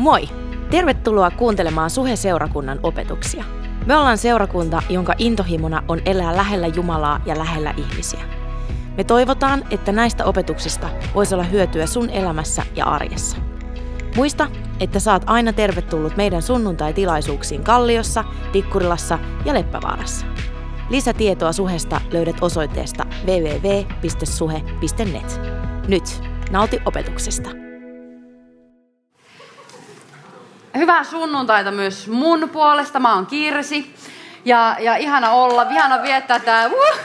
Moi! Tervetuloa kuuntelemaan Suhe-seurakunnan opetuksia. Me ollaan seurakunta, jonka intohimona on elää lähellä Jumalaa ja lähellä ihmisiä. Me toivotaan, että näistä opetuksista voisi olla hyötyä sun elämässä ja arjessa. Muista, että saat aina tervetullut meidän sunnuntai-tilaisuuksiin Kalliossa, Tikkurilassa ja Leppävaarassa. Lisätietoa Suhesta löydät osoitteesta www.suhe.net. Nyt nauti opetuksesta. Hyvää sunnuntaita myös mun puolesta. Mä oon Kirsi. Ja ihana viettää tää.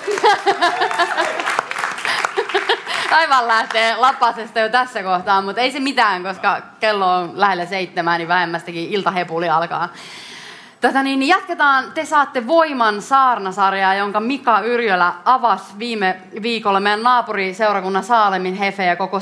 Aivan lähtee lapasesta jo tässä kohtaa, mutta ei se mitään, koska kello on lähellä 7, niin vähemmästäkin iltahepuli alkaa. Jatketaan Te saatte voiman saarnasarjaa, jonka Mika Yrjölä avasi viime viikolla meidän naapuriseurakunnan Saalemin Hefe ja koko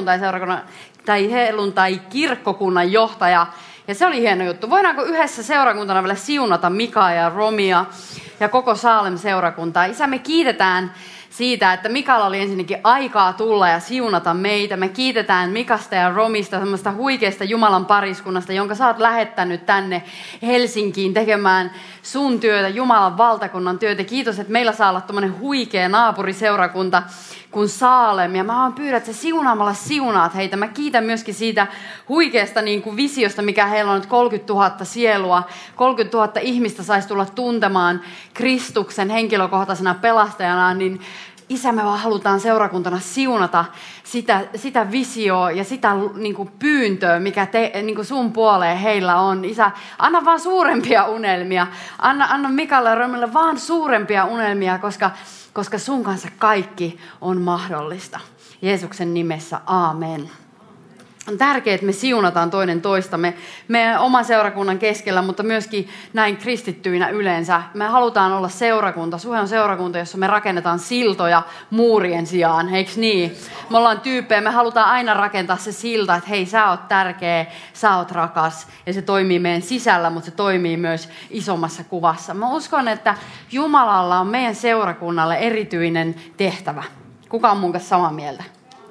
helluntai-kirkkokunnan johtaja. Ja se oli hieno juttu. Voidaanko yhdessä seurakuntana vielä siunata Mikaa ja Romia ja koko Saalem-seurakuntaa? Isä, me kiitetään siitä, että Mikalla oli ensinnäkin aikaa tulla ja siunata meitä. Me kiitetään Mikasta ja Romista, semmoista huikeasta Jumalan pariskunnasta, jonka sä oot lähettänyt tänne Helsinkiin tekemään sun työtä, Jumalan valtakunnan työtä. Kiitos, että meillä saa olla tommoinen huikea naapuriseurakunta kuin Saalem. Ja mä pyydän, että sä siunaamalla siunaat heitä. Mä kiitän myöskin siitä huikeasta visiosta, mikä heillä on nyt 30 000 sielua. 30 000 ihmistä saisi tulla tuntemaan Kristuksen henkilökohtaisena pelastajana, niin Isä, me vaan halutaan seurakuntana siunata sitä visioa ja sitä pyyntöä, mikä sun puoleen heillä on. Isä, anna vaan suurempia unelmia. Anna Mikalle ja Romille vaan suurempia unelmia, koska sun kanssa kaikki on mahdollista. Jeesuksen nimessä, aamen. On tärkeää, että me siunataan toinen toistamme meidän oman seurakunnan keskellä, mutta myöskin näin kristittyinä yleensä. Me halutaan olla seurakunta. Suhe on seurakunta, jossa me rakennetaan siltoja muurien sijaan, eikö niin? Me ollaan tyyppejä, me halutaan aina rakentaa se silta, että hei, sä oot tärkeä, sä oot rakas. Ja se toimii meidän sisällä, mutta se toimii myös isommassa kuvassa. Mä uskon, että Jumalalla on meidän seurakunnalle erityinen tehtävä. Kuka on mun kanssa samaa mieltä?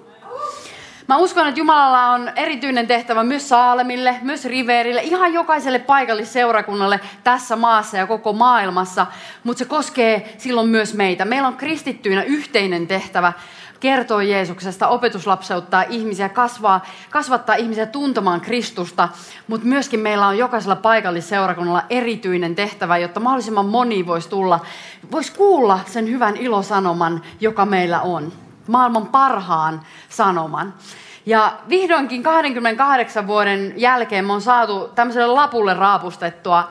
Mä uskon, että Jumalalla on erityinen tehtävä myös Saalemille, myös Riverille, ihan jokaiselle paikallisseurakunnalle tässä maassa ja koko maailmassa, mutta se koskee silloin myös meitä. Meillä on kristittyinä yhteinen tehtävä kertoa Jeesuksesta, opetuslapseuttaa ihmisiä, kasvattaa ihmisiä tuntemaan Kristusta, mutta myöskin meillä on jokaisella paikallisseurakunnalla erityinen tehtävä, jotta mahdollisimman moni voisi kuulla sen hyvän ilosanoman, joka meillä on. Maailman parhaan sanoman. Ja vihdoinkin 28 vuoden jälkeen me on saatu tämmöiselle lapulle raapustettua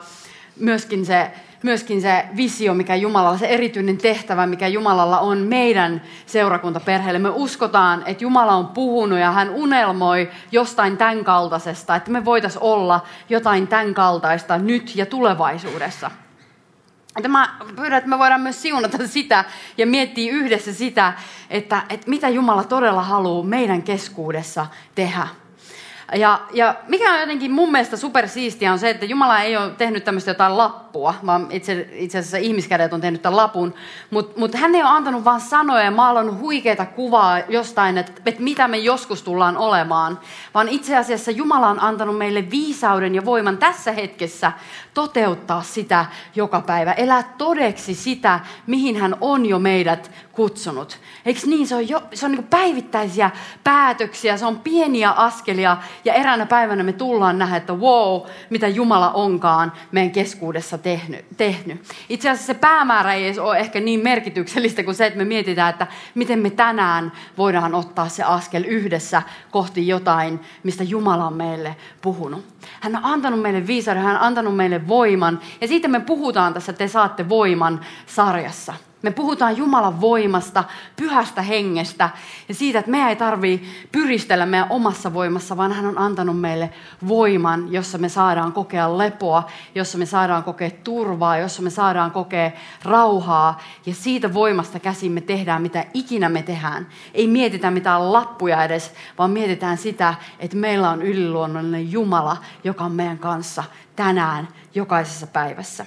myöskin se visio, mikä Jumalalla, se erityinen tehtävä, mikä Jumalalla on meidän seurakuntaperheelle. Me uskotaan, että Jumala on puhunut ja hän unelmoi jostain tämän kaltaisesta, että me voitaisiin olla jotain tämän kaltaista nyt ja tulevaisuudessa. Mä pyydän, että me voidaan myös siunata sitä ja miettiä yhdessä sitä, että mitä Jumala todella haluaa meidän keskuudessa tehdä. Ja mikä on jotenkin mun mielestä supersiistiä on se, että Jumala ei ole tehnyt tämmöistä jotain lappua, vaan itse asiassa ihmiskädet on tehnyt tämän lapun. Mutta hän ei ole antanut vaan sanoja ja maalannut huikeaa kuvaa jostain, että mitä me joskus tullaan olemaan. Vaan itse asiassa Jumala on antanut meille viisauden ja voiman tässä hetkessä toteuttaa sitä joka päivä. Elää todeksi sitä, mihin hän on jo meidät kutsunut. Eikö niin? Se on niin kuin päivittäisiä päätöksiä, se on pieniä askelia. Ja eräänä päivänä me tullaan nähdä, että wow, mitä Jumala onkaan meidän keskuudessa tehnyt. Itse asiassa se päämäärä ei ole ehkä niin merkityksellistä kuin se, että me mietitään, että miten me tänään voidaan ottaa se askel yhdessä kohti jotain, mistä Jumala on meille puhunut. Hän on antanut meille viisauden, hän on antanut meille voiman. Ja siitä me puhutaan tässä Te saatte voiman -sarjassa. Me puhutaan Jumalan voimasta, pyhästä hengestä ja siitä, että meidän ei tarvitse pyristellä meidän omassa voimassa, vaan hän on antanut meille voiman, jossa me saadaan kokea lepoa, jossa me saadaan kokea turvaa, jossa me saadaan kokea rauhaa. Ja siitä voimasta käsin me tehdään, mitä ikinä me tehdään. Ei mietitä mitään lappuja edes, vaan mietitään sitä, että meillä on yliluonnollinen Jumala, joka on meidän kanssa tänään jokaisessa päivässä.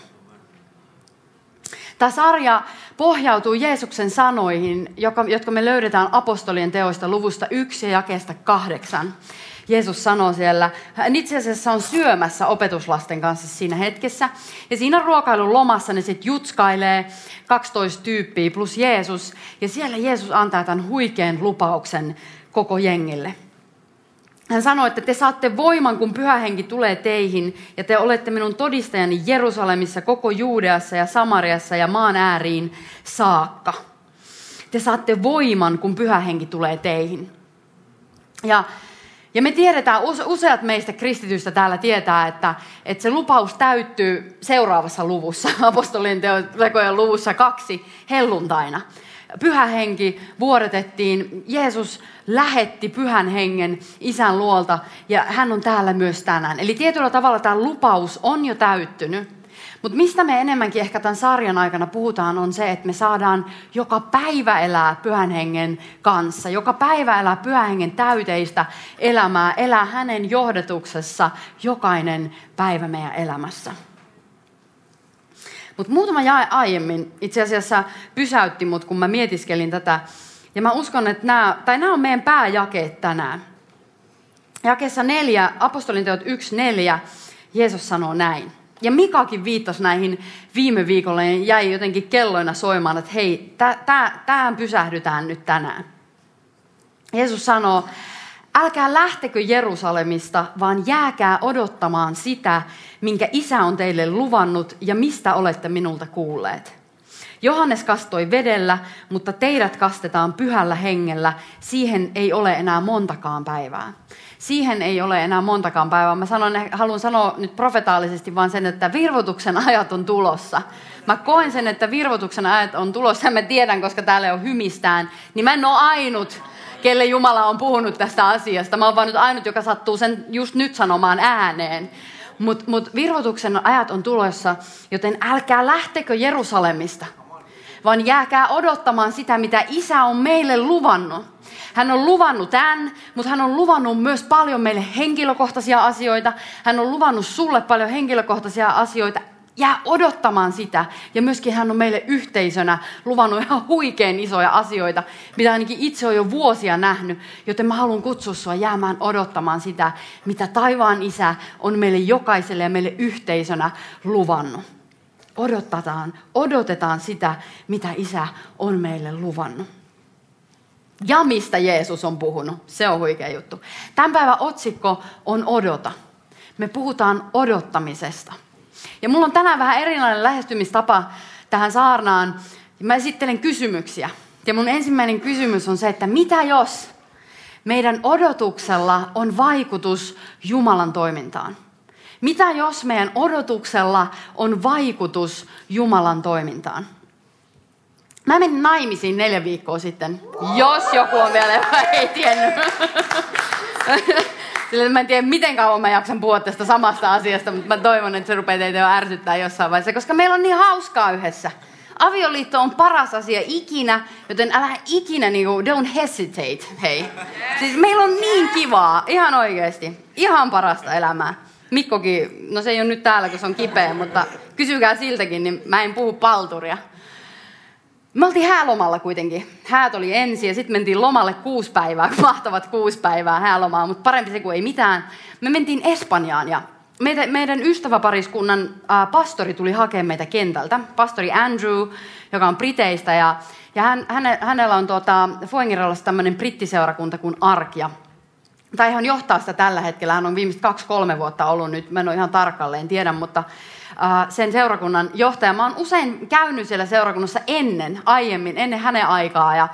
Tämä sarja pohjautuu Jeesuksen sanoihin, jotka me löydetään apostolien teoista luvusta 1 ja jakeesta 8. Jeesus sanoo siellä, hän itse asiassa on syömässä opetuslasten kanssa siinä hetkessä. Ja siinä ruokailun lomassa ne sitten jutskailee 12 tyyppiä plus Jeesus. Ja siellä Jeesus antaa tämän huikean lupauksen koko jengille. Hän sanoi, että te saatte voiman, kun Pyhä Henki tulee teihin, ja te olette minun todistajani Jerusalemissa, koko Juudeassa ja Samariassa ja maan ääriin saakka. Te saatte voiman, kun Pyhä Henki tulee teihin. Ja me tiedetään, useat meistä kristityistä täällä tietää, että se lupaus täyttyy seuraavassa luvussa, apostolien tekojen luvussa 2, helluntaina. Pyhä Henki vuodatettiin, Jeesus lähetti Pyhän Hengen Isän luolta ja hän on täällä myös tänään. Eli tietyllä tavalla tämä lupaus on jo täyttynyt. Mutta mistä me enemmänkin ehkä tämän sarjan aikana puhutaan on se, että me saadaan joka päivä elää Pyhän Hengen kanssa. Joka päivä elää Pyhän Hengen täyteistä elämää, elää hänen johdatuksessa jokainen päivä meidän elämässä. Mutta muutama jae aiemmin itse asiassa pysäytti mut, kun mä mietiskelin tätä. Ja mä uskon, että nämä on meidän pääjakeet tänään. Jakeessa 4, apostolinteot 1:4, Jeesus sanoo näin. Ja Mikakin viittasi näihin viime viikolla ja jäi jotenkin kelloina soimaan, että hei, tähän pysähdytään nyt tänään. Jeesus sanoo, älkää lähtekö Jerusalemista, vaan jääkää odottamaan sitä, minkä Isä on teille luvannut ja mistä olette minulta kuulleet. Johannes kastoi vedellä, mutta teidät kastetaan Pyhällä Hengellä. Siihen ei ole enää montakaan päivää. Siihen ei ole enää montakaan päivää. Haluan sanoa nyt profetaalisesti vaan sen, että virvoituksen ajat on tulossa. Mä koen sen, että virvoituksen ajat on tulossa ja mä tiedän, koska täällä ei ole hymistään, niin mä en ole ainut, kelle Jumala on puhunut tästä asiasta. Mä oon vaan nyt ainut, joka sattuu sen just nyt sanomaan ääneen. Mut virvoituksen ajat on tulossa, joten älkää lähtekö Jerusalemista, vaan jääkää odottamaan sitä, mitä Isä on meille luvannut. Hän on luvannut tämän, mutta hän on luvannut myös paljon meille henkilökohtaisia asioita. Hän on luvannut sulle paljon henkilökohtaisia asioita. Jää odottamaan sitä. Ja myöskin hän on meille yhteisönä luvannut ihan huikean isoja asioita, mitä ainakin itse olen jo vuosia nähnyt. Joten mä haluan kutsua sua jäämään odottamaan sitä, mitä taivaan Isä on meille jokaiselle ja meille yhteisönä luvannut. Odotetaan sitä, mitä Isä on meille luvannut. Ja mistä Jeesus on puhunut. Se on huikea juttu. Tämän päivän otsikko on odota. Me puhutaan odottamisesta. Ja mulla on tänään vähän erilainen lähestymistapa tähän saarnaan. Mä esittelen kysymyksiä. Ja mun ensimmäinen kysymys on se, että mitä jos meidän odotuksella on vaikutus Jumalan toimintaan? Mitä jos meidän odotuksella on vaikutus Jumalan toimintaan? Mä menin naimisiin 4 viikkoa sitten, jos joku on vielä ei tiennyt. Sillä mä en tiedä, miten kauan mä jaksan puhua tästä samasta asiasta, mutta mä toivon, että se rupeaa teitä jo ärsyttää jossain vaiheessa, koska meillä on niin hauskaa yhdessä. Avioliitto on paras asia ikinä, joten älä ikinä don't hesitate, hei. Siis meillä on niin kivaa, ihan oikeasti, ihan parasta elämää. Mikkokin, no se ei ole nyt täällä, kun se on kipeä, mutta kysykää siltäkin, niin mä en puhu palturia. Me oltiin häälomalla kuitenkin. Häät oli ensin ja sitten mentiin lomalle 6 päivää, mahtavat 6 päivää häälomaa, mutta parempi se kuin ei mitään. Me mentiin Espanjaan ja meidän ystäväpariskunnan pastori tuli hakemaan meitä kentältä. Pastori Andrew, joka on Briteistä ja hänellä on Fuengirolassa tämmöinen brittiseurakunta kuin Arkia. Tai hän johtaa sitä tällä hetkellä, hän on viimeiset 2-3 vuotta ollut nyt, mä en ole ihan tarkalleen tiedä, mutta sen seurakunnan johtaja. Mä oon usein käynyt siellä seurakunnassa aiemmin, ennen hänen aikaa ja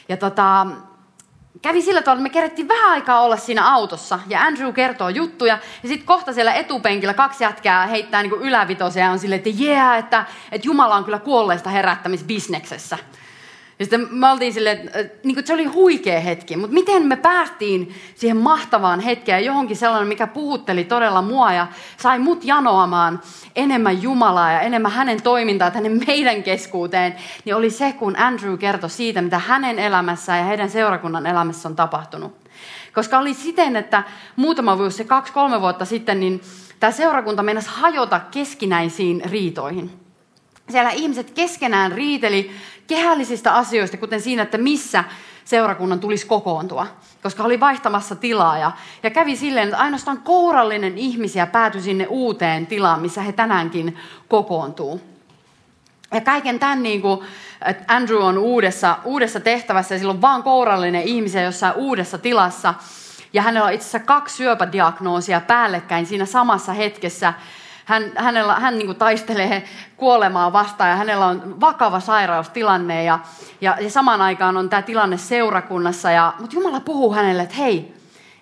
kävi sillä tavalla, että me kerettiin vähän aikaa olla siinä autossa ja Andrew kertoo juttuja ja sitten kohta siellä etupenkillä 2 jätkää heittää niin kuin ylävitosia ja on silleen, että Jumala on kyllä kuolleista herättämisbisneksessä. Ja sitten me oltiin silleen, että se oli huikea hetki, mutta miten me päästiin siihen mahtavaan hetkeen johonkin sellainen, mikä puhutteli todella mua ja sai mut janoamaan enemmän Jumalaa ja enemmän hänen toimintaa tänne meidän keskuuteen, niin oli se, kun Andrew kertoi siitä, mitä hänen elämässään ja heidän seurakunnan elämässä on tapahtunut. Koska oli siten, että muutama vuosi, 2-3 vuotta sitten, niin tämä seurakunta meinasi hajota keskinäisiin riitoihin. Siellä ihmiset keskenään riiteli kehällisistä asioista, kuten siinä, että missä seurakunnan tulisi kokoontua, koska oli vaihtamassa tilaa ja kävi silleen, että ainoastaan kourallinen ihmisiä päätyi sinne uuteen tilaan, missä he tänäänkin kokoontuu. Ja kaiken tämän, niin kuin, että Andrew on uudessa tehtävässä ja sillä on vaan kourallinen ihmisiä jossain uudessa tilassa. Ja hänellä on itse asiassa 2 syöpädiagnoosia päällekkäin siinä samassa hetkessä. Hän niin kuin taistelee kuolemaa vastaan ja hänellä on vakava sairaustilanne ja samaan aikaan on tämä tilanne seurakunnassa. Mutta Jumala puhuu hänelle, että hei,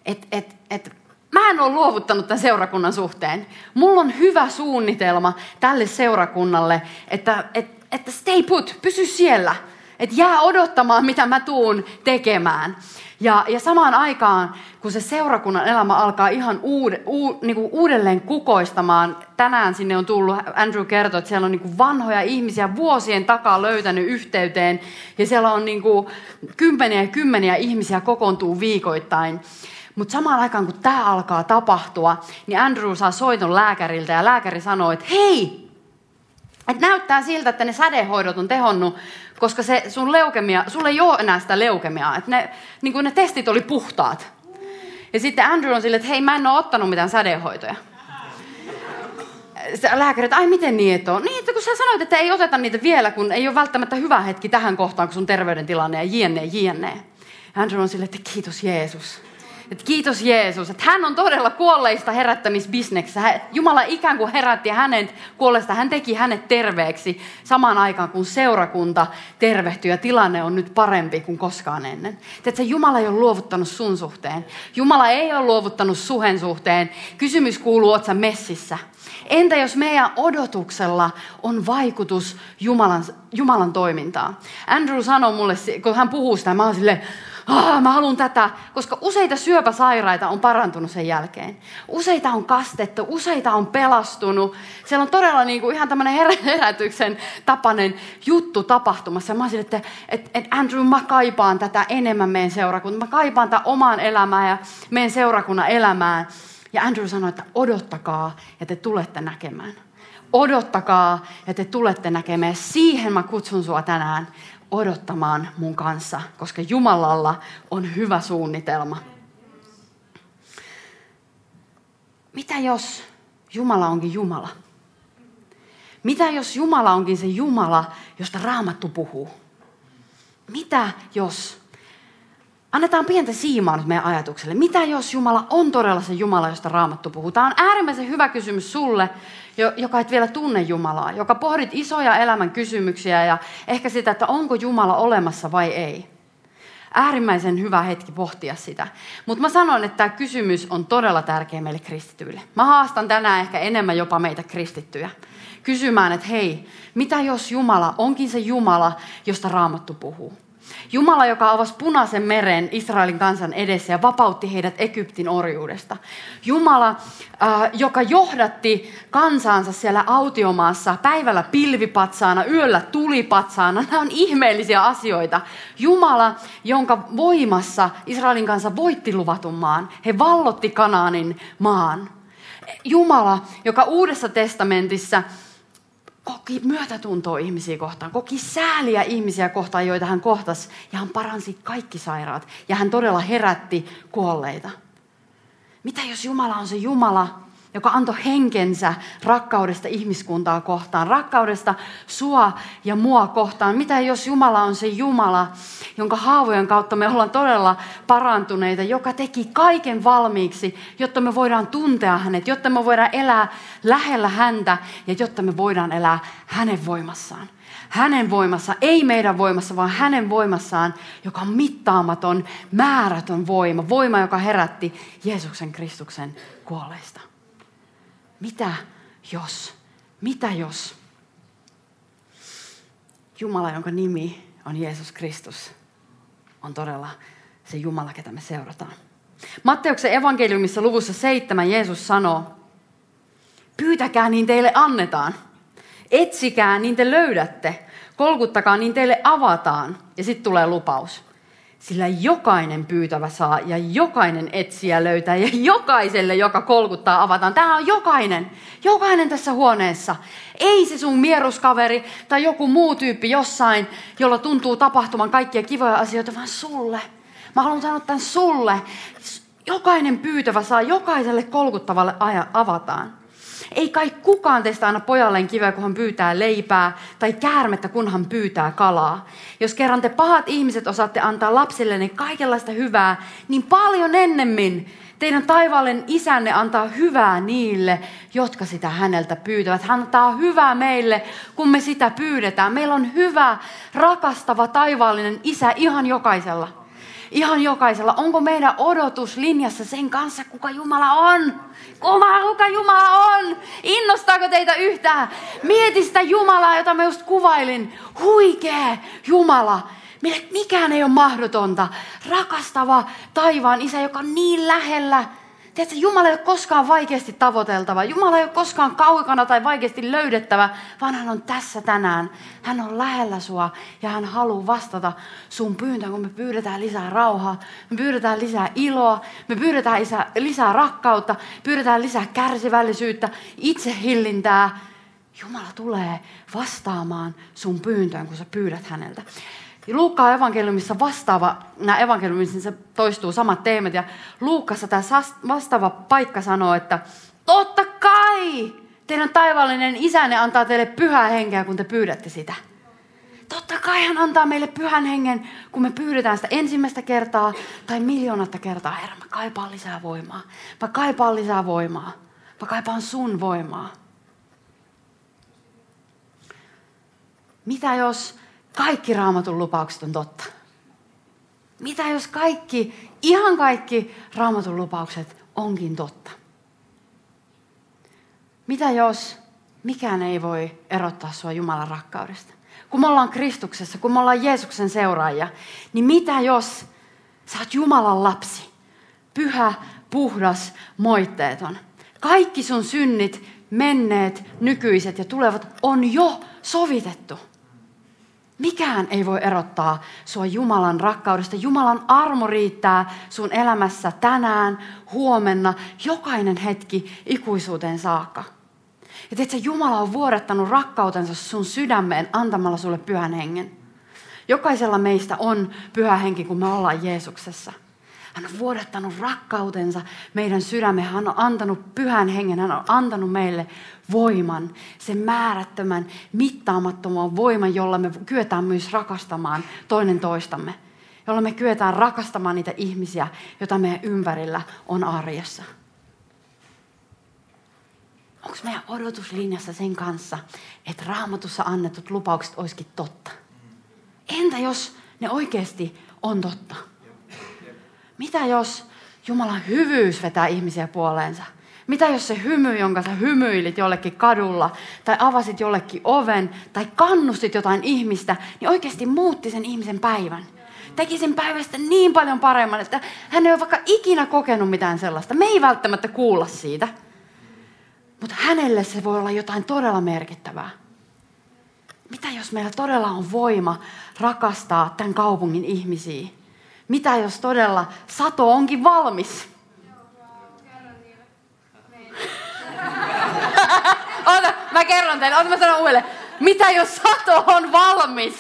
mä en ole luovuttanut tämän seurakunnan suhteen. Mulla on hyvä suunnitelma tälle seurakunnalle, että stay put, pysy siellä. Että jää odottamaan, mitä mä tuun tekemään. Ja samaan aikaan, kun se seurakunnan elämä alkaa ihan uudelleen kukoistamaan, tänään sinne on tullut, Andrew kertoi, että siellä on niin kuin vanhoja ihmisiä vuosien takaa löytänyt yhteyteen, ja siellä on niin kuin kymmeniä ihmisiä kokoontuu viikoittain. Mutta samaan aikaan, kun tämä alkaa tapahtua, niin Andrew saa soiton lääkäriltä, ja lääkäri sanoo, että hei, että näyttää siltä, että ne sädehoidot on tehonnut, koska se sun leukemia, sulla ei ole enää sitä leukemiaa, että ne testit oli puhtaat. Ja sitten Andrew on silleen, että hei, mä en ole ottanut mitään sädehoitoja. Lääkäri, että ai miten niin et ole? Niin, että kun sä sanoit, että ei oteta niitä vielä, kun ei ole välttämättä hyvä hetki tähän kohtaan, kun sun terveydentilanne ja jne. Andrew on silleen, että kiitos Jeesus. Että kiitos Jeesus, että hän on todella kuolleista herättämisbisneksessä. Jumala ikään kuin herätti hänet kuolleista, hän teki hänet terveeksi samaan aikaan, kun seurakunta tervehtyi ja tilanne on nyt parempi kuin koskaan ennen. Että Jumala ei ole luovuttanut sun suhteen. Jumala ei ole luovuttanut suhen suhteen. Kysymys kuuluu, oot sä messissä? Entä jos meidän odotuksella on vaikutus Jumalan toimintaan? Andrew sanoi mulle, kun hän puhuu sitä, mä oon silleen, mä haluan tätä, koska useita syöpäsairaita on parantunut sen jälkeen. Useita on kastettu, useita on pelastunut. Siellä on todella niin kuin ihan tämmöinen herätyksen tapainen juttu tapahtumassa. Mä olisin, että Andrew, mä kaipaan tätä enemmän meidän seurakuntaan. Mä kaipaan tätä omaan elämään ja meidän seurakunnan elämään. Ja Andrew sanoi, että odottakaa ja te tulette näkemään. Odottakaa ja te tulette näkemään. Siihen mä kutsun sua tänään odottamaan mun kanssa, koska Jumalalla on hyvä suunnitelma. Mitä jos Jumala onkin Jumala? Mitä jos Jumala onkin se Jumala, josta Raamattu puhuu? Mitä jos? Annetaan pientä siimaa nyt meidän ajatukselle. Mitä jos Jumala on todella se Jumala, josta Raamattu puhuu? Tämä on äärimmäisen hyvä kysymys sulle, joka et vielä tunne Jumalaa, joka pohdit isoja elämän kysymyksiä ja ehkä sitä, että onko Jumala olemassa vai ei. Äärimmäisen hyvä hetki pohtia sitä. Mutta mä sanon, että tämä kysymys on todella tärkeä meille kristityille. Mä haastan tänään ehkä enemmän jopa meitä kristittyjä kysymään, että hei, mitä jos Jumala onkin se Jumala, josta Raamattu puhuu? Jumala, joka avasi Punaisen meren Israelin kansan edessä ja vapautti heidät Egyptin orjuudesta. Jumala, joka johdatti kansansa siellä autiomaassa päivällä pilvipatsaana, yöllä tulipatsaana. Nämä on ihmeellisiä asioita. Jumala, jonka voimassa Israelin kansa voitti luvatun maan. He vallotti Kanaanin maan. Jumala, joka Uudessa testamentissa koki myötätuntoa ihmisiä kohtaan, koki sääliä ihmisiä kohtaan, joita hän kohtasi, ja hän paransi kaikki sairaat, ja hän todella herätti kuolleita. Mitä jos Jumala on se Jumala, joka antoi henkensä rakkaudesta ihmiskuntaa kohtaan, rakkaudesta sua ja mua kohtaan? Mitä jos Jumala on se Jumala, jonka haavojen kautta me ollaan todella parantuneita, joka teki kaiken valmiiksi, jotta me voidaan tuntea hänet, jotta me voidaan elää lähellä häntä ja jotta me voidaan elää hänen voimassaan. Hänen voimassa, ei meidän voimassa, vaan hänen voimassaan, joka on mittaamaton, määrätön voima. Voima, joka herätti Jeesuksen Kristuksen kuolleista. Mitä jos Jumala, jonka nimi on Jeesus Kristus, on todella se Jumala, ketä me seurataan? Matteuksen evankeliumissa luvussa 7 Jeesus sanoo, pyytäkää niin teille annetaan, etsikää niin te löydätte, kolkuttakaa niin teille avataan. Ja sitten tulee lupaus. Sillä jokainen pyytävä saa ja jokainen etsijä löytää ja jokaiselle, joka kolkuttaa, avataan. Tämä on jokainen tässä huoneessa. Ei se sun mieruskaveri tai joku muu tyyppi jossain, jolla tuntuu tapahtuman kaikkia kivoja asioita, vaan sulle. Mä haluan sanoa tämän sulle. Jokainen pyytävä saa, jokaiselle kolkuttavalle avataan. Ei kai kukaan teistä anna pojalleen kiveä, kun hän pyytää leipää, tai käärmettä, kun hän pyytää kalaa. Jos kerran te pahat ihmiset osaatte antaa lapsillenne kaikenlaista hyvää, niin paljon ennemmin teidän taivaallinen isänne antaa hyvää niille, jotka sitä häneltä pyytävät. Hän antaa hyvää meille, kun me sitä pyydetään. Meillä on hyvä, rakastava, taivaallinen isä ihan jokaisella. Ihan jokaisella. Onko meidän odotus linjassa sen kanssa, kuka Jumala on? Kuka Jumala on? Innostaako teitä yhtään? Mieti sitä Jumalaa, jota mä just kuvailin. Huikea Jumala. Mille mikään ei ole mahdotonta. Rakastava taivaan isä, joka on niin lähellä. Tiedätkö, Jumala ei ole koskaan vaikeasti tavoiteltava. Jumala ei ole koskaan kaukana tai vaikeasti löydettävä, vaan hän on tässä tänään. Hän on lähellä sua ja hän haluaa vastata sun pyyntöön, kun me pyydetään lisää rauhaa, me pyydetään lisää iloa, me pyydetään lisää rakkautta, pyydetään lisää kärsivällisyyttä, itsehillintää. Jumala tulee vastaamaan sun pyyntöön, kun sä pyydät häneltä. Luukkaan evankeliumissa nämä evankeliumissa toistuu samat teemat, ja Luukkassa tämä vastaava paikka sanoo, että totta kai teidän taivaallinen isänne antaa teille pyhää henkeä, kun te pyydätte sitä. Totta kai hän antaa meille pyhän hengen, kun me pyydetään sitä ensimmäistä kertaa tai miljoonatta kertaa. Herra, mä kaipaan lisää voimaa. Mä kaipaan lisää voimaa. Mä kaipaan sun voimaa. Mitä jos kaikki Raamatun lupaukset on totta? Mitä jos ihan kaikki Raamatun lupaukset onkin totta? Mitä jos mikään ei voi erottaa sua Jumalan rakkaudesta? Kun me ollaan Kristuksessa, kun me ollaan Jeesuksen seuraajia, niin mitä jos sä oot Jumalan lapsi? Pyhä, puhdas, moitteeton. Kaikki sun synnit, menneet, nykyiset ja tulevat on jo sovitettu. Mikään ei voi erottaa sua Jumalan rakkaudesta. Jumalan armo riittää sun elämässä tänään, huomenna, jokainen hetki ikuisuuteen saakka. Ja tiedätkö, Jumala on vuodattanut rakkautensa sun sydämeen antamalla sulle pyhän hengen. Jokaisella meistä on pyhä henki, kun me ollaan Jeesuksessa. Hän on vuodattanut rakkautensa meidän sydämeen. Hän on antanut pyhän hengen. Hän on antanut meille voiman. Sen määrättömän, mittaamattoman voiman, jolla me kyetään myös rakastamaan toinen toistamme. Jolla me kyetään rakastamaan niitä ihmisiä, joita meidän ympärillä on arjessa. Onko meidän odotuslinjassa sen kanssa, että Raamatussa annetut lupaukset olisikin totta? Entä jos ne oikeasti on totta? Mitä jos Jumalan hyvyys vetää ihmisiä puoleensa? Mitä jos se hymy, jonka sä hymyilit jollekin kadulla, tai avasit jollekin oven, tai kannustit jotain ihmistä, niin oikeasti muutti sen ihmisen päivän? Teki sen päivästä niin paljon paremman, että hän ei ole vaikka ikinä kokenut mitään sellaista. Me ei välttämättä kuulla siitä, mutta hänelle se voi olla jotain todella merkittävää. Mitä jos meillä todella on voima rakastaa tämän kaupungin ihmisiä? Mitä jos todella sato onkin valmis? Ota, mä kerron teille. Ota, mä sanon uudelleen. Mitä jos sato on valmis?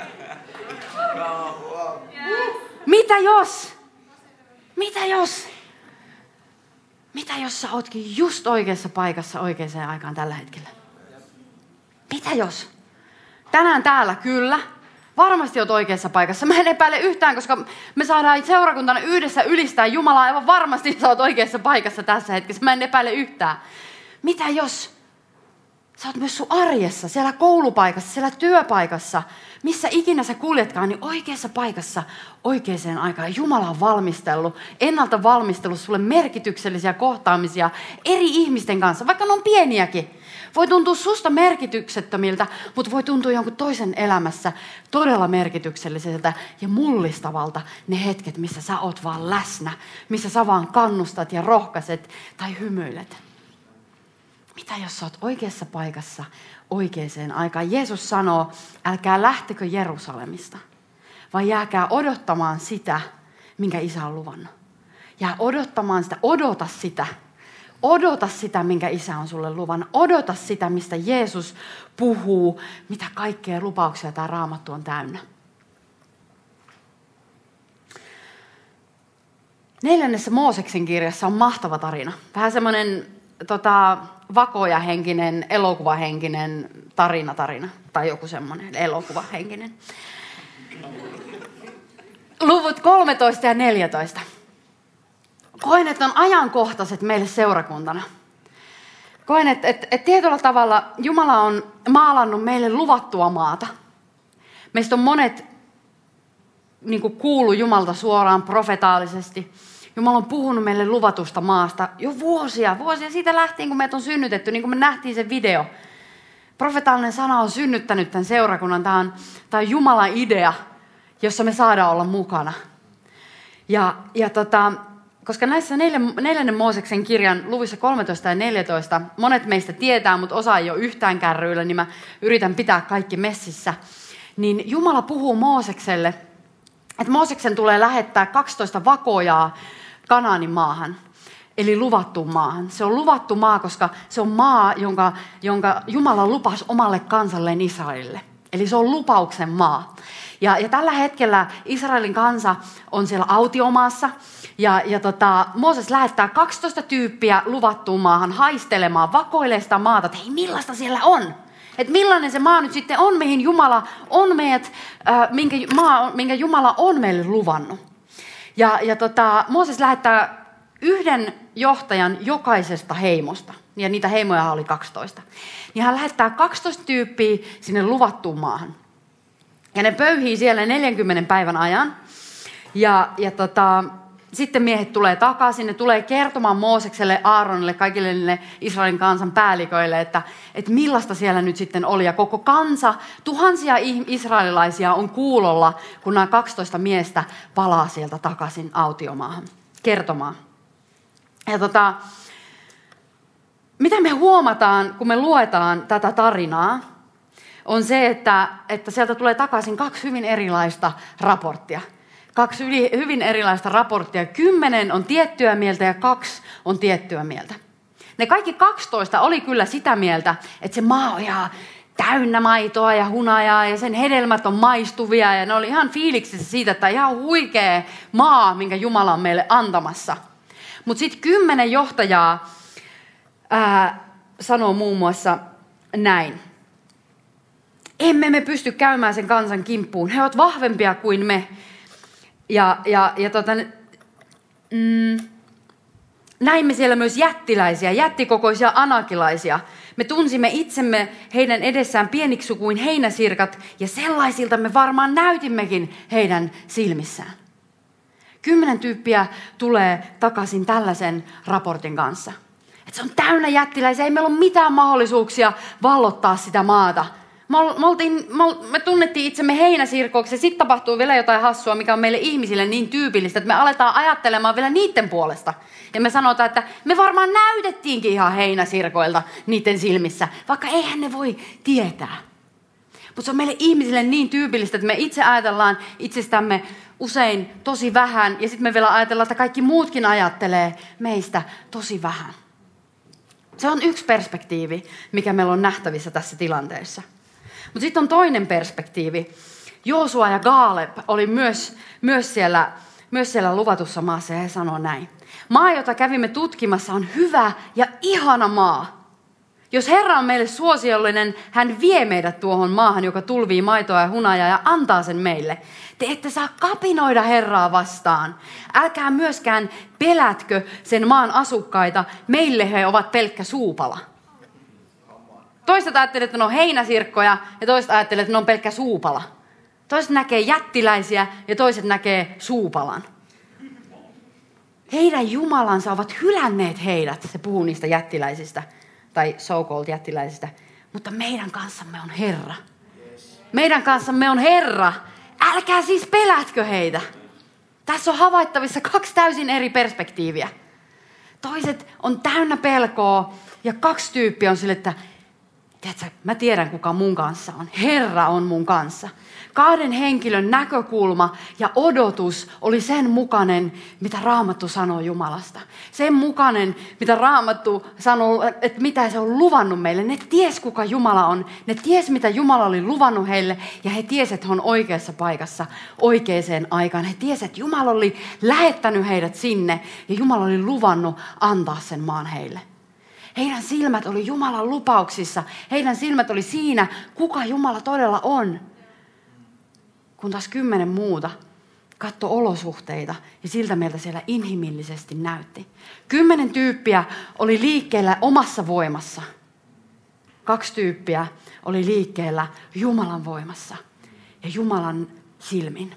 Mitä jos? Mitä jos? Mitä jos sä ootkin just oikeassa paikassa oikeaan aikaan tällä hetkellä? Mitä jos? Tänään täällä kyllä. Varmasti olet oikeassa paikassa. Mä en epäile yhtään, koska me saadaan seurakuntana yhdessä ylistää Jumalaa. Aivan varmasti sä oot oikeassa paikassa tässä hetkessä. Mä en epäile yhtään. Mitä jos sä oot myös sun arjessa, siellä koulupaikassa, siellä työpaikassa, missä ikinä sä kuljetkaan, niin oikeassa paikassa oikeaan aikaan. Jumala on ennalta valmistellut sulle merkityksellisiä kohtaamisia eri ihmisten kanssa, vaikka ne on pieniäkin. Voi tuntua susta merkityksettömiltä, mutta voi tuntua jonkun toisen elämässä todella merkitykselliseltä ja mullistavalta ne hetket, missä sä oot vaan läsnä, missä sä vaan kannustat ja rohkaiset tai hymyilet. Mitä jos sä oot oikeassa paikassa oikeaan aikaan? Jeesus sanoo, älkää lähtekö Jerusalemista, vaan jääkää odottamaan sitä, minkä Isä on luvannut. Jää odottamaan sitä, odota sitä, minkä Isä on sulle luvannut. Odota sitä, mistä Jeesus puhuu, mitä kaikkea lupauksia tämä Raamattu on täynnä. 4. Mooseksen kirjassa on mahtava tarina. Vähän semmoinen vakojahenkinen, elokuvahenkinen tarina. Tai joku semmoinen elokuvahenkinen. Luvut 13 ja 14. Koen, että on ajankohtaiset meille seurakuntana. Koen, että tietyllä tavalla Jumala on maalannut meille luvattua maata. Meistä on monet kuullut Jumalta suoraan profetaalisesti. Jumala on puhunut meille luvatusta maasta jo vuosia siitä lähtien, kun meitä on synnytetty, niin kuin me nähtiin se video. Profetaalinen sana on synnyttänyt tämän seurakunnan. Tämä on Jumalan idea, jossa me saadaan olla mukana. Koska näissä 4. Mooseksen kirjan luvuissa 13 ja 14, monet meistä tietää, mutta osa ei ole yhtään kärryillä, niin mä yritän pitää kaikki messissä. Niin Jumala puhuu Moosekselle, että Mooseksen tulee lähettää 12 vakojaa Kanaanin maahan, eli luvattuun maahan. Se on luvattu maa, koska se on maa, jonka Jumala lupasi omalle kansalleen Israelille. Eli se on lupauksen maa. Ja tällä hetkellä Israelin kansa on siellä autiomaassa. Mooses lähettää 12 tyyppiä luvattuun maahan haistelemaan, vakoilemaan sitä maata, että hei, millaista siellä on? Että millainen se maa nyt sitten on, mihin Jumala on meidät, minkä Jumala on meille luvannut. Mooses lähettää yhden johtajan jokaisesta heimosta, ja niitä heimoja oli 12. Niin hän lähettää 12 tyyppiä sinne luvattuun maahan. Ja ne pöyhii siellä 40 päivän ajan. Sitten miehet tulee takaisin, ne tulee kertomaan Moosekselle, Aaronille, kaikille niille Israelin kansan päälliköille, että millaista siellä nyt sitten oli. Ja koko kansa, tuhansia israelilaisia on kuulolla, kun nämä 12 miestä palaa sieltä takaisin autiomaahan kertomaan. Mitä me huomataan, kun me luetaan tätä tarinaa, on se, että sieltä tulee takaisin 2 hyvin erilaista raporttia. 2 hyvin erilaista raporttia. 10 on tiettyä mieltä ja 2 on tiettyä mieltä. Ne kaikki 12 oli kyllä sitä mieltä, että se maa on ihan täynnä maitoa ja hunajaa ja sen hedelmät on maistuvia. Ja ne oli ihan fiiliksissä siitä, että ihan huikea maa, minkä Jumala on meille antamassa. Mutta sitten 10 johtajaa sanoo muun muassa näin. Emme me pysty käymään sen kansan kimppuun. He ovat vahvempia kuin me. Näimme siellä myös jättiläisiä, jättikokoisia anakilaisia. Me tunsimme itsemme heidän edessään pieniksi kuin heinäsirkat, ja sellaisilta me varmaan näytimmekin heidän silmissään. 10 tyyppiä tulee takaisin tällaisen raportin kanssa. Että se on täynnä jättiläisiä, ei meillä ole mitään mahdollisuuksia vallottaa sitä maata. Me tunnettiin itsemme heinäsirkoiksi ja sitten tapahtuu vielä jotain hassua, mikä on meille ihmisille niin tyypillistä, että me aletaan ajattelemaan vielä niiden puolesta. Ja me sanotaan, että me varmaan näytettiinkin ihan heinäsirkoilta niiden silmissä, vaikka eihän ne voi tietää. Mutta se on meille ihmisille niin tyypillistä, että me itse ajatellaan itsestämme usein tosi vähän ja sitten me vielä ajatellaan, että kaikki muutkin ajattelee meistä tosi vähän. Se on yksi perspektiivi, mikä meillä on nähtävissä tässä tilanteessa. Mutta sitten on toinen perspektiivi. Joosua ja Kaaleb oli myös siellä luvatussa maassa ja he sanoo näin. Maa, jota kävimme tutkimassa, on hyvä ja ihana maa. Jos Herra on meille suosiollinen, hän vie meidät tuohon maahan, joka tulvii maitoa ja hunajaa ja antaa sen meille. Te ette saa kapinoida Herraa vastaan. Älkää myöskään pelätkö sen maan asukkaita. Meille he ovat pelkkä suupala. Toiset ajattelee, että ne on heinäsirkkoja ja toiset ajattelee, että ne on pelkkä suupala. Toiset näkee jättiläisiä ja toiset näkee suupalan. Heidän jumalansa ovat hylänneet heidät. Se puhuu niistä jättiläisistä tai so-called jättiläisistä. Mutta meidän kanssamme on Herra. Meidän kanssamme on Herra. Älkää siis pelätkö heitä. Tässä on havaittavissa 2 täysin eri perspektiiviä. Toiset on täynnä pelkoa ja 2 tyyppiä on sille, että Tiedätkö, mä tiedän kuka mun kanssa on. Herra on mun kanssa. 2 henkilön näkökulma ja odotus oli sen mukainen, mitä Raamattu sanoo Jumalasta. Sen mukainen, mitä Raamattu sanoo, että mitä se on luvannut meille. Ne ties kuka Jumala on. Ne ties mitä Jumala oli luvannut heille. Ja he ties, että he on oikeassa paikassa oikeaan aikaan. He ties, että Jumala oli lähettänyt heidät sinne. Ja Jumala oli luvannut antaa sen maan heille. Heidän silmät oli Jumalan lupauksissa. Heidän silmät oli siinä, kuka Jumala todella on. Kun taas 10 muuta katso olosuhteita ja siltä meiltä siellä inhimillisesti näytti. 10 tyyppiä oli liikkeellä omassa voimassa. 2 tyyppiä oli liikkeellä Jumalan voimassa ja Jumalan silmin.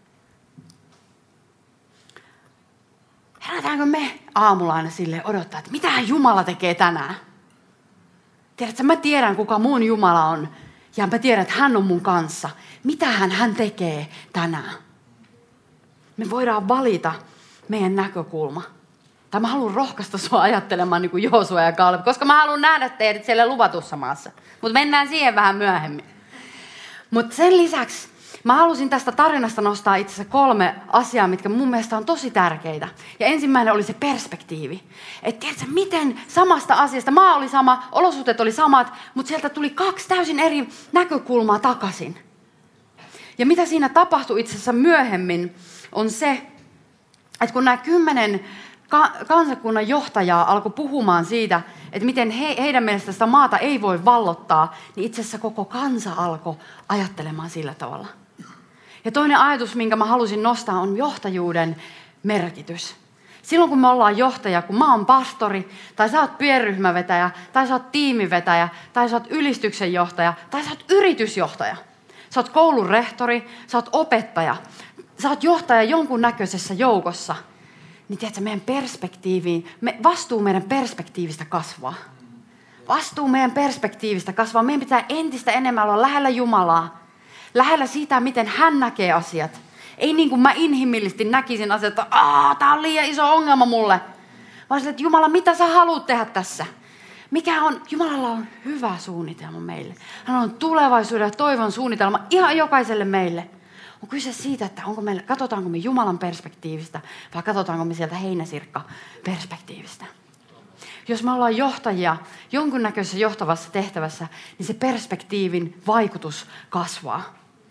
Herätäänkö me aamulla aina silleen odottaa, että mitä Jumala tekee tänään? Tiedätkö, mä tiedän kuka mun Jumala on ja mä tiedän, että hän on mun kanssa. Mitähän hän tekee tänään? Me voidaan valita meidän näkökulma. Tai mä haluan rohkaista sua ajattelemaan niin kuin Joosua ja Kaaleb, koska mä haluan nähdä teidät siellä luvatussa maassa. Mutta mennään siihen vähän myöhemmin. Mutta sen lisäksi mä halusin tästä tarinasta nostaa itse asiassa 3 asiaa, mitkä mun mielestä on tosi tärkeitä. Ja ensimmäinen oli se perspektiivi. Että tiedätkö, miten samasta asiasta, maa oli sama, olosuhteet oli samat, mutta sieltä tuli 2 täysin eri näkökulmaa takaisin. Ja mitä siinä tapahtui itse asiassa myöhemmin, on se, että kun nämä 10 kansakunnan johtajaa alkoi puhumaan siitä, että miten heidän mielestä sitä maata ei voi vallottaa, niin itse asiassa koko kansa alkoi ajattelemaan sillä tavalla. Ja toinen ajatus, minkä mä halusin nostaa, on johtajuuden merkitys. Silloin kun me ollaan johtaja, kun mä oon pastori, tai sä oot pienryhmävetäjä, tai sä oot tiimivetaja, tai sä oot ylistyksen johtaja, tai sä oot yritysjohtaja. Sä oot koulun rehtori, sä oot opettaja, sä oot johtaja jonkun näköisessä joukossa. Niin tiedätkö, vastuu meidän perspektiivistä kasvaa. Vastuu meidän perspektiivistä kasvaa. Meidän pitää entistä enemmän olla lähellä Jumalaa. Lähellä sitä, miten hän näkee asiat. Ei niin kuin mä inhimillisesti näkisin asiat, että tää on liian iso ongelma mulle. Vaan sille, että Jumala, mitä sä haluat tehdä tässä? Jumalalla on hyvä suunnitelma meille. Hän on tulevaisuuden ja toivon suunnitelma ihan jokaiselle meille. On kyse siitä, että katsotaanko me Jumalan perspektiivistä vai katsotaanko me sieltä heinäsirkka-perspektiivistä. Jos me ollaan johtajia jonkunnäköisessä johtavassa tehtävässä, niin se perspektiivin vaikutus kasvaa.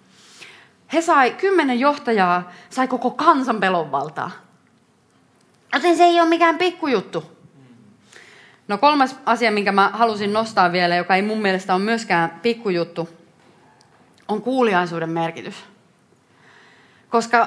10 johtajaa sai koko kansan pelonvaltaa. Joten se ei ole mikään pikkujuttu. No 3. asia, minkä mä halusin nostaa vielä, joka ei mun mielestä ole myöskään pikkujuttu, on kuuliaisuuden merkitys. Koska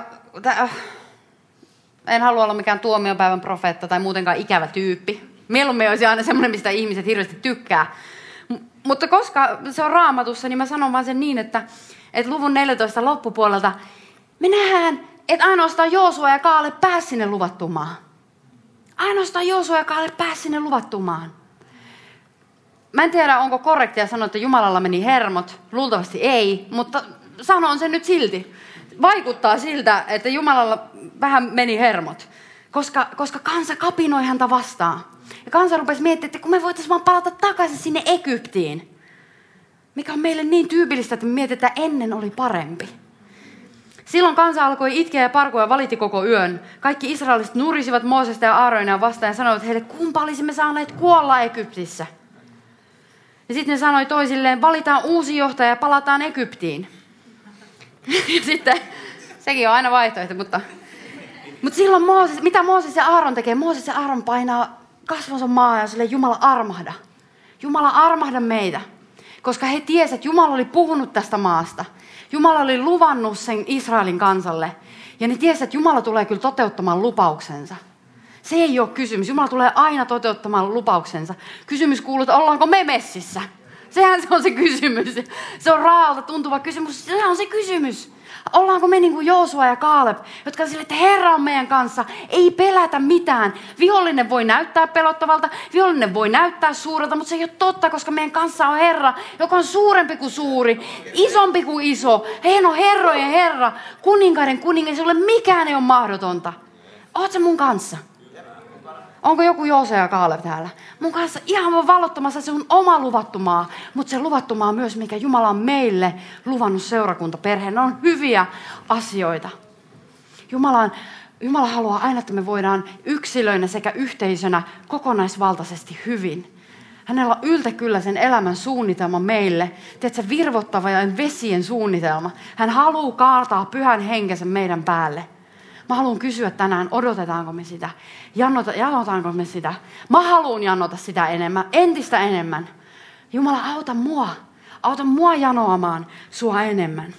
en halua olla mikään tuomiopäivän profeetta tai muutenkaan ikävä tyyppi. Mieluummin olisi aina semmoinen, mistä ihmiset hirveästi tykkää. Mutta koska se on Raamatussa, niin mä sanon vaan sen niin, että luvun 14 loppupuolelta me nähdään, että ainoastaan Joosua ja Kaaleb pääsi sinne luvattuun maahan. Ainoastaan Joosua ja Kaaleb pääsi sinne luvattuun maahan. Mä en tiedä, onko korrektia sanoa, että Jumalalla meni hermot. Luultavasti ei, mutta sanon sen nyt silti. Vaikuttaa siltä, että Jumalalla vähän meni hermot, koska kansa kapinoi häntä vastaan. Ja kansa rupesi miettimään, että kun me voitaisiin vaan palata takaisin sinne Egyptiin, mikä on meille niin tyypillistä, että me mietitään, että ennen oli parempi. Silloin kansa alkoi itkeä ja parkua ja valitti koko yön. Kaikki israeliset nurisivat Moosesta ja Aaronia vastaan ja sanoivat heille, kumpa olisimme saaneet kuolla Egyptissä. Ja sitten ne sanoi toisilleen, valitaan uusi johtaja ja palataan Egyptiin. Ja sitten, sekin on aina vaihtoehto, mutta silloin mitä Mooses ja Aaron tekee? Mooses ja Aaron painaa kasvonsa maahan ja sille Jumala armahda. Jumala armahda meitä. Koska he tiesivät, että Jumala oli puhunut tästä maasta. Jumala oli luvannut sen Israelin kansalle. Ja ne tiesivät, että Jumala tulee kyllä toteuttamaan lupauksensa. Se ei ole kysymys. Jumala tulee aina toteuttamaan lupauksensa. Kysymys kuuluu, että ollaanko me messissä? Sehän se on se kysymys. Se on raaalta tuntuva kysymys. Se on se kysymys. Ollaanko me niin kuin Joosua ja Kaaleb, jotka on sille, että Herra on meidän kanssa. Ei pelätä mitään. Vihollinen voi näyttää pelottavalta. Vihollinen voi näyttää suurelta, mutta se ei ole totta, koska meidän kanssa on Herra, joka on suurempi kuin suuri. Isompi kuin iso. Hän on herrojen Herra. Kuninkaiden kuningas, jolle mikään ei ole mahdotonta. Oot sä mun kanssa? Onko joku Joose ja Kaalev täällä? Mun kanssa ihan valottamassa se on oma luvattu maa, mutta se luvattu maa myös, mikä Jumala on meille luvannut seurakuntaperheen. Ne on hyviä asioita. Jumala haluaa aina, että me voidaan yksilöinä sekä yhteisönä kokonaisvaltaisesti hyvin. Hänellä on yltäkyllä sen elämän suunnitelma meille. Tiedätkö, virvoittava ja vesien suunnitelma. Hän haluaa kaataa pyhän henkensä meidän päälle. Mä haluan kysyä tänään, odotetaanko me sitä? Janotaanko me sitä? Mä haluan janota sitä enemmän, entistä enemmän. Jumala, auta mua. Auta mua janoamaan sua enemmän.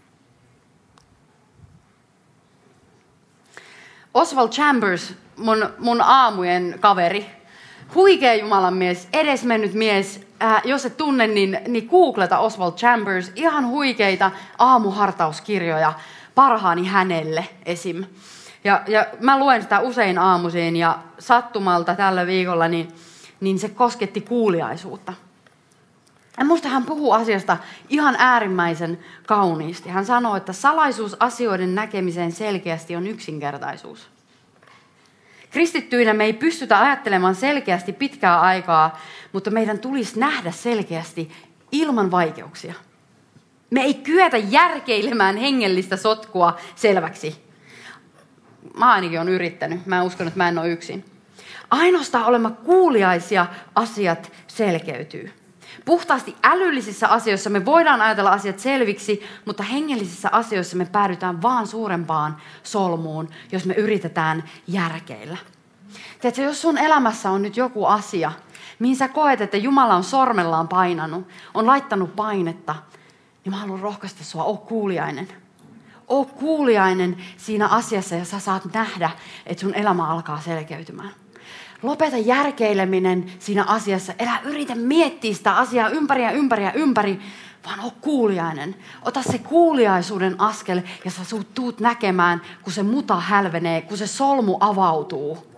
Oswald Chambers, mun aamujen kaveri, huikea Jumalan mies, edesmennyt mies. Jos et tunne, niin googleta Oswald Chambers. Ihan huikeita aamuhartauskirjoja parhaani hänelle esim. Ja mä luen sitä usein aamuisin ja sattumalta tällä viikolla niin se kosketti kuuliaisuutta. Ja musta hän puhuu asiasta ihan äärimmäisen kauniisti. Hän sanoo, että salaisuus asioiden näkemiseen selkeästi on yksinkertaisuus. Kristittyinä me ei pystytä ajattelemaan selkeästi pitkää aikaa, mutta meidän tulisi nähdä selkeästi ilman vaikeuksia. Me ei kyetä järkeilemään hengellistä sotkua selväksi. Mä ainakin olen yrittänyt. Mä uskon, että mä en ole yksin. Ainoastaan olemme kuuliaisia asiat selkeytyy. Puhtaasti älyllisissä asioissa me voidaan ajatella asiat selviksi, mutta hengellisissä asioissa me päädytään vaan suurempaan solmuun, jos me yritetään järkeillä. Tiedätkö, jos sun elämässä on nyt joku asia, mihin sä koet, että Jumala on sormellaan painanut, on laittanut painetta, niin mä haluan rohkaista sua, oo kuuliainen. Oo kuuliainen siinä asiassa ja sä saat nähdä, että sun elämä alkaa selkeytymään. Lopeta järkeileminen siinä asiassa. Älä yritä miettiä sitä asiaa ympäri, vaan oo kuuliainen. Ota se kuuliaisuuden askel ja sä tuut näkemään, kun se muta hälvenee, kun se solmu avautuu.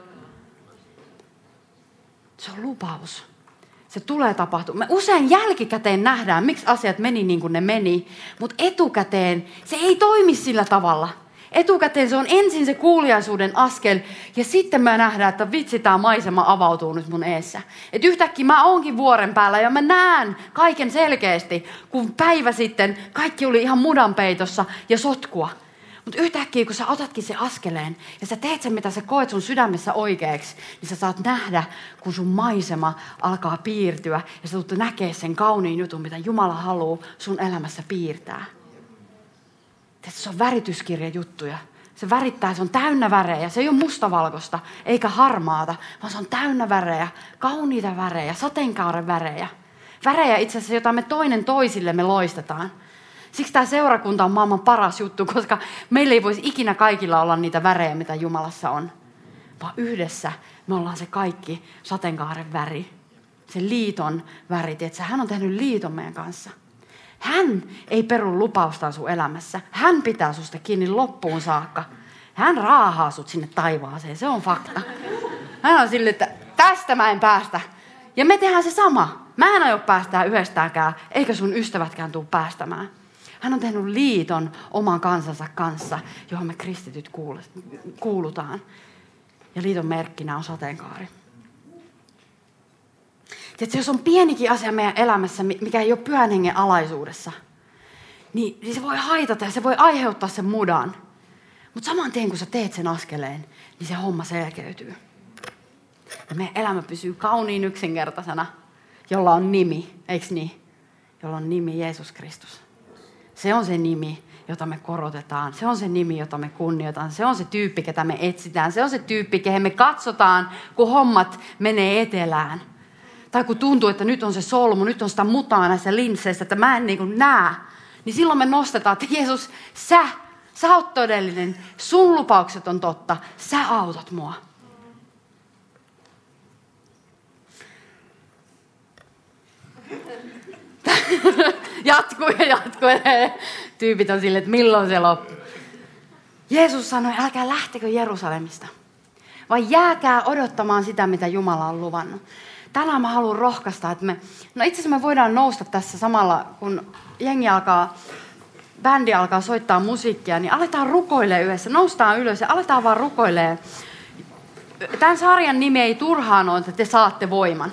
Se on lupaus. Se tulee tapahtumaan. Me usein jälkikäteen nähdään, miksi asiat meni niin kuin ne meni, mutta etukäteen se ei toimi sillä tavalla. Etukäteen se on ensin se kuuliaisuuden askel ja sitten me nähdään, että vitsi, tämä maisema avautuu nyt mun eessä. Että yhtäkkiä mä oonkin vuoren päällä ja mä näen kaiken selkeästi, kun päivä sitten kaikki oli ihan mudanpeitossa ja sotkua. Mutta yhtäkkiä, kun sä otatkin se askeleen ja sä teet sen, mitä sä koet sun sydämessä oikeaksi, niin sä saat nähdä, kun sun maisema alkaa piirtyä ja sä tulet näkee sen kauniin jutun, mitä Jumala haluaa sun elämässä piirtää. Se on värityskirja juttuja. Se värittää, se on täynnä värejä. Se ei ole mustavalkoista eikä harmaata, vaan se on täynnä värejä, kauniita värejä, sateenkaaren värejä. Värejä itse asiassa, jota me toinen toisillemme loistetaan. Siksi tämä seurakunta on maailman paras juttu, koska meillä ei voisi ikinä kaikilla olla niitä värejä, mitä Jumalassa on. Vaan yhdessä me ollaan se kaikki sateenkaaren väri. Se liiton väri. Tiedätkö? Hän on tehnyt liiton meidän kanssa. Hän ei peru lupaustaan sun elämässä. Hän pitää susta kiinni loppuun saakka. Hän raahaa sut sinne taivaaseen. Se on fakta. Hän on silleen, että tästä mä en päästä. Ja me tehdään se sama. Mä en aio päästää yhdestäänkään, eikä sun ystävätkään tule päästämään. Hän on tehnyt liiton oman kansansa kanssa, johon me kristityt kuulutaan. Ja liiton merkkinä on sateenkaari. Tiedätkö, jos on pienikin asia meidän elämässä, mikä ei ole pyhän hengen alaisuudessa, niin se voi haitata ja se voi aiheuttaa sen mudan. Mutta saman tien, kun sä teet sen askeleen, niin se homma selkeytyy. Ja meidän elämä pysyy kauniin yksinkertaisena, jolla on nimi, eikö niin? Jolla on nimi Jeesus Kristus. Se on se nimi, jota me korotetaan. Se on se nimi, jota me kunnioitetaan. Se on se tyyppi, ketä me etsitään. Se on se tyyppi, kehen me katsotaan, kun hommat menee etelään. Tai kun tuntuu, että nyt on se solmu, nyt on sitä mutaa näissä linsseissä, että mä en niin kuin näe. Niin silloin me nostetaan, että Jeesus, sä oot todellinen. Sun lupaukset on totta. Sä autat mua. Jatkuu. Tyypit on silleen, että milloin se loppuu. Jeesus sanoi, älkää lähtekö Jerusalemista, vaan jääkää odottamaan sitä, mitä Jumala on luvannut. Tänään mä haluan rohkaista, että itse asiassa me voidaan nousta tässä samalla, kun bändi alkaa soittaa musiikkia, niin aletaan rukoilemaan yhdessä. Noustaan ylös ja aletaan vaan rukoilemaan tämän sarjan nimi ei turhaan ole, että te saatte voiman.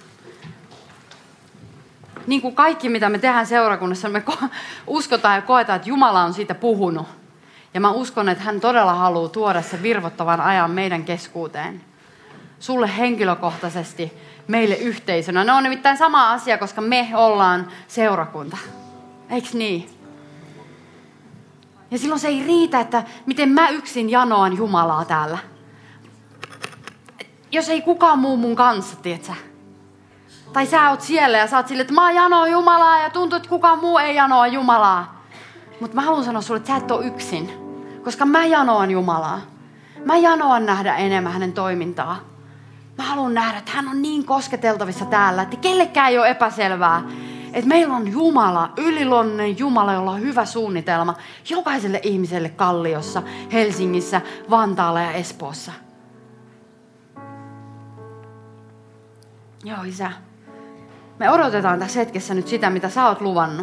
Niin kuin kaikki, mitä me tehdään seurakunnassa, me uskotaan ja koetaan, että Jumala on siitä puhunut. Ja mä uskon, että hän todella haluaa tuoda sen virvoittavan ajan meidän keskuuteen. Sulle henkilökohtaisesti, meille yhteisönä. Ne on nimittäin sama asia, koska me ollaan seurakunta. Eiks niin? Ja silloin se ei riitä, että miten mä yksin janoan Jumalaa täällä. Jos ei kukaan muu mun kanssa, tietsä. Tai sä oot siellä ja sä oot silleen, että mä janoan Jumalaa ja tuntuu, että kukaan muu ei janoa Jumalaa. Mutta mä haluan sanoa sulle, että sä et ole yksin. Koska mä janoan Jumalaa. Mä janoan nähdä enemmän hänen toimintaa. Mä haluan nähdä, että hän on niin kosketeltavissa täällä, että kellekään ei ole epäselvää. Että meillä on Jumala, yliluonnollinen Jumala, jolla on hyvä suunnitelma jokaiselle ihmiselle Kalliossa, Helsingissä, Vantaalla ja Espoossa. Joo, Isä. Me odotetaan tässä hetkessä nyt sitä, mitä sä oot luvannut.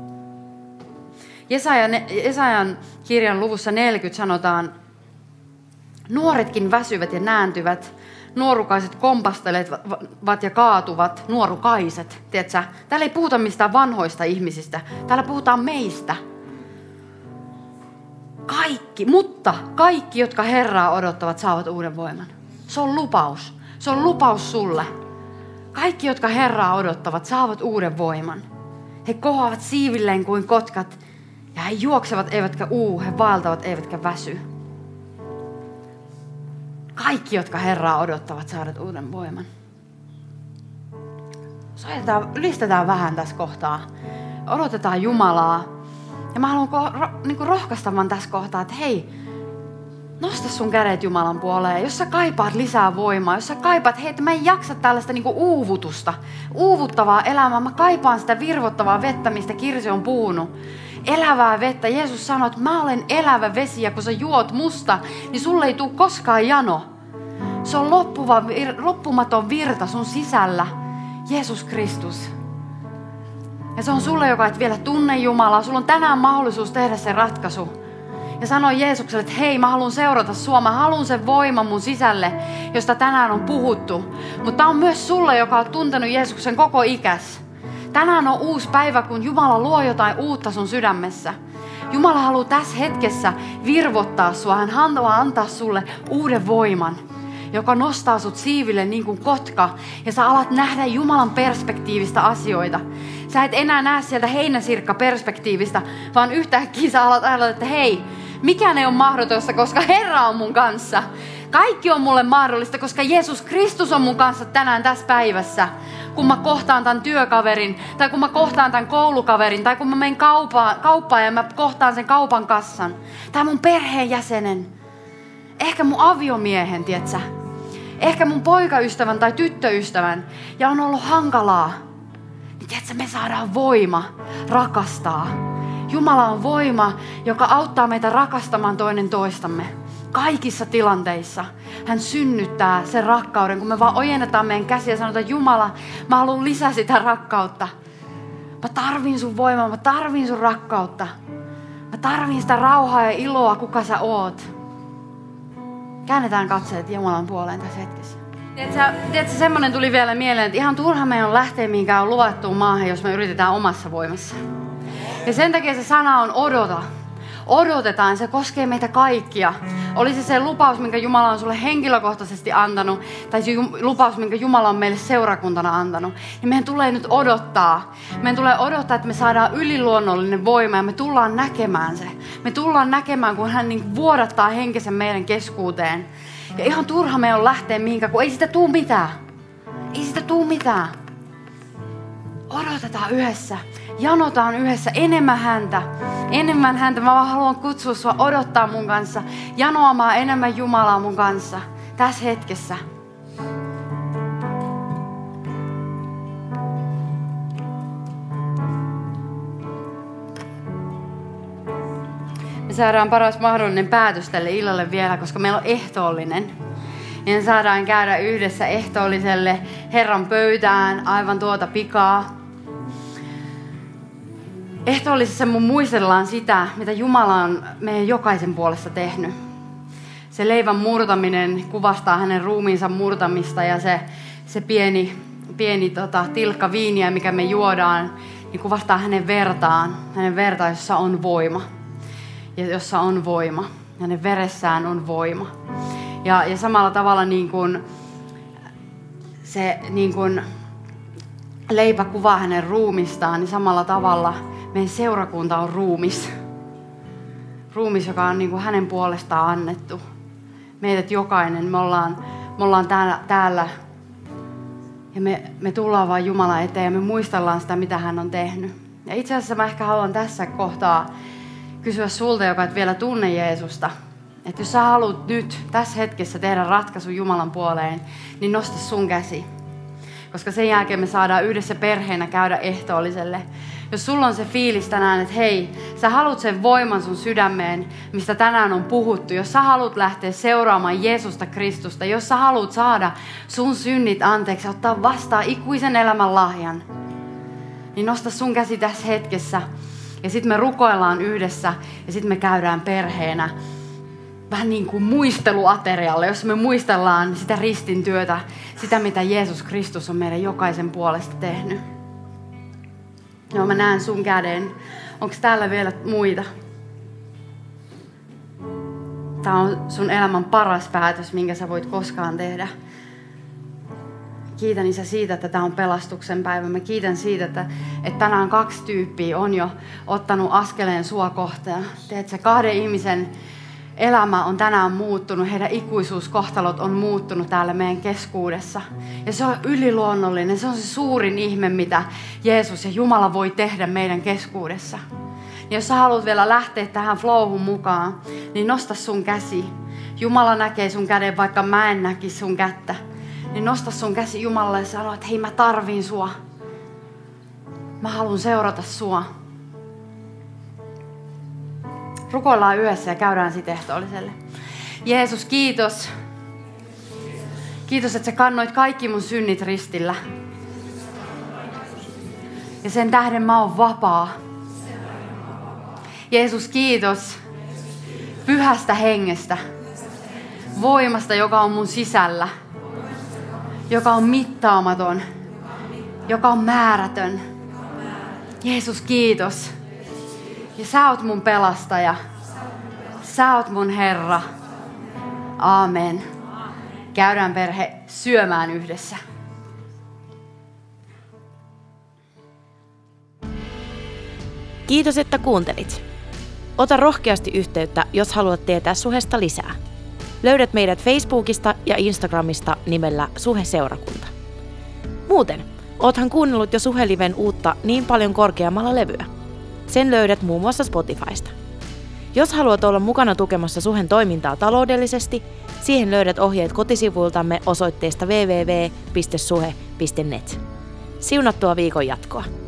Jesajan kirjan luvussa 40 sanotaan, nuoretkin väsyvät ja nääntyvät, nuorukaiset kompastelevat ja kaatuvat, nuorukaiset. Tiedätkö? Täällä ei puhuta mistään vanhoista ihmisistä, täällä puhutaan meistä. Kaikki, jotka Herraa odottavat, saavat uuden voiman. Se on lupaus. Se on lupaus sulle. Kaikki, jotka Herraa odottavat, saavat uuden voiman. He kohoavat siivilleen kuin kotkat, ja he juoksevat eivätkä he vaeltavat eivätkä väsy. Kaikki, jotka Herraa odottavat, saavat uuden voiman. Ylistetään vähän tässä kohtaa. Odotetaan Jumalaa. Ja mä haluan rohkaista vaan tässä kohtaa, että hei, nosta sun kädet Jumalan puoleen. Jos sä kaipaat lisää voimaa, jos sä kaipaat, hei, että mä en jaksa tällaista uuvutusta, uuvuttavaa elämää. Mä kaipaan sitä virvoittavaa vettä, mistä Kirsi on puhunut. Elävää vettä. Jeesus sanoi, että mä olen elävä vesi ja kun sä juot musta, niin sulle ei tule koskaan jano. Se on loppumaton virta sun sisällä. Jeesus Kristus. Ja se on sulle, joka et vielä tunne Jumalaa. Sulla on tänään mahdollisuus tehdä se ratkaisu. Ja sanoi Jeesukselle, että hei, mä haluan seurata sua. Mä haluan sen voiman mun sisälle, josta tänään on puhuttu. Mutta tää on myös sulle, joka on tuntenut Jeesuksen koko ikäs. Tänään on uusi päivä, kun Jumala luo jotain uutta sun sydämessä. Jumala haluaa tässä hetkessä virvottaa sua. Hän haluaa antaa sulle uuden voiman, joka nostaa sut siiville niin kuin kotka. Ja sä alat nähdä Jumalan perspektiivistä asioita. Sä et enää näe sieltä heinäsirkka-perspektiivistä, vaan yhtäkkiä sä alat ajatella, että hei, mikään ei ole mahdotonta, koska Herra on mun kanssa. Kaikki on mulle mahdollista, koska Jeesus Kristus on mun kanssa tänään tässä päivässä. Kun mä kohtaan tämän työkaverin, tai kun mä kohtaan tämän koulukaverin, tai kun mä menen kauppaan ja mä kohtaan sen kaupan kassan. Tai mun perheenjäsenen. Ehkä mun aviomiehen, tietsä. Ehkä mun poikaystävän tai tyttöystävän. Ja on ollut hankalaa. Niin tietsä, me saadaan voima rakastaa. Jumala on voima, joka auttaa meitä rakastamaan toinen toistamme. Kaikissa tilanteissa hän synnyttää sen rakkauden, kun me vaan ojennetaan meidän käsiä ja sanotaan, Jumala, mä haluan lisää sitä rakkautta. Mä tarvin sun voimaa, mä tarvin sun rakkautta. Mä tarvin sitä rauhaa ja iloa, kuka sä oot. Käännetään katseet Jumalan puoleen tässä hetkessä. Tiedätkö, semmoinen tuli vielä mieleen, että ihan turha meidän on lähteä mihinkään luvattuun maahan, jos me yritetään omassa voimassa. Ja sen takia se sana on odota. Odotetaan, se koskee meitä kaikkia. Olisi se lupaus, minkä Jumala on sulle henkilökohtaisesti antanut, tai se lupaus, minkä Jumala on meille seurakuntana antanut. Niin meidän tulee nyt odottaa. Meidän tulee odottaa, että me saadaan yliluonnollinen voima ja me tullaan näkemään se. Me tullaan näkemään, kun hän niin vuodattaa henkensä meidän keskuuteen. Ja ihan turha meidän on lähteä mihinkään, kun ei sitä tule mitään. Ei sitä tule mitään. Odotetaan yhdessä. Janotaan yhdessä enemmän häntä. Enemmän häntä. Mä vaan haluan kutsua sua odottaa mun kanssa. Janoamaan enemmän Jumalaa mun kanssa. Tässä hetkessä. Me saadaan paras mahdollinen päätös tälle illalle vielä, koska meillä on ehtoollinen. Ja me saadaan käydä yhdessä ehtoolliselle Herran pöytään aivan tuota pikaa. Ehtoollisessa mun muistellaan sitä, mitä Jumala on meidän jokaisen puolesta tehnyt. se leivän murtaminen kuvastaa hänen ruumiinsa murtamista ja se pieni tilkka viiniä, mikä me juodaan, niin kuvastaa hänen vertaan, jossa on voima. Ja jossa on voima. Hänen veressään on voima. Ja samalla tavalla niin kuin se niin kuin leipä kuvaa hänen ruumistaan, niin samalla tavalla meidän seurakunta on ruumis. Ruumis, joka on niin kuin hänen puolestaan annettu. Meidät jokainen, me ollaan täällä ja me tullaan vaan Jumalan eteen ja me muistellaan sitä, mitä hän on tehnyt. Ja itse asiassa mä ehkä haluan tässä kohtaa kysyä sulta, joka et vielä tunne Jeesusta. Että jos sä haluat nyt tässä hetkessä tehdä ratkaisun Jumalan puoleen, niin nosta sun käsi. Koska sen jälkeen me saadaan yhdessä perheenä käydä ehtoolliselle. Jos sulla on se fiilis tänään, että hei, sä haluat sen voiman sun sydämeen, mistä tänään on puhuttu. Jos sä haluat lähteä seuraamaan Jeesusta Kristusta, jos sä haluat saada sun synnit anteeksi, ottaa vastaan ikuisen elämän lahjan, niin nosta sun käsi tässä hetkessä. Ja sitten me rukoillaan yhdessä ja sitten me käydään perheenä vähän niin kuin muisteluaterialle, jossa me muistellaan sitä ristin työtä, sitä mitä Jeesus Kristus on meidän jokaisen puolesta tehnyt. Joo, mä näen sun käden. Onko täällä vielä muita? Tää on sun elämän paras päätös, minkä sä voit koskaan tehdä. Kiitän Isä siitä, että tämä on pelastuksen päivä. Mä kiitän siitä, että tänään 2 tyyppiä on jo ottanut askeleen sua kohtaan. Teet sä 2 ihmisen elämä on tänään muuttunut, heidän ikuisuuskohtalot on muuttunut täällä meidän keskuudessa. Ja se on yliluonnollinen, se on se suurin ihme, mitä Jeesus ja Jumala voi tehdä meidän keskuudessa. Ja jos sä haluat vielä lähteä tähän flowhun mukaan, niin nosta sun käsi. Jumala näkee sun käden, vaikka mä en näkisi sun kättä. Niin nosta sun käsi Jumalalle ja sano, että hei, mä tarvin sua. Mä haluan seurata sua. Rukoillaan yhdessä ja käydään sitten ehtoolliselle. Jeesus, kiitos. Kiitos, että sä kannoit kaikki mun synnit ristillä. Ja sen tähden mä oon vapaa. Jeesus, kiitos pyhästä hengestä. Voimasta, joka on mun sisällä. Joka on mittaamaton. Joka on määrätön. Jeesus, kiitos. Ja sä oot mun pelastaja. Sä oot mun Herra. Aamen. Käydään perhe syömään yhdessä. Kiitos, että kuuntelit. Ota rohkeasti yhteyttä, jos haluat tietää Suhesta lisää. Löydät meidät Facebookista ja Instagramista nimellä Suhe-seurakunta. Muuten, oothan kuunnellut jo Suhe-liven uutta Niin paljon korkeammalla levyä. Sen löydät muun muassa Spotifysta. Jos haluat olla mukana tukemassa Suhen toimintaa taloudellisesti, siihen löydät ohjeet kotisivuiltamme osoitteesta www.suhe.net. Siunattua viikon jatkoa!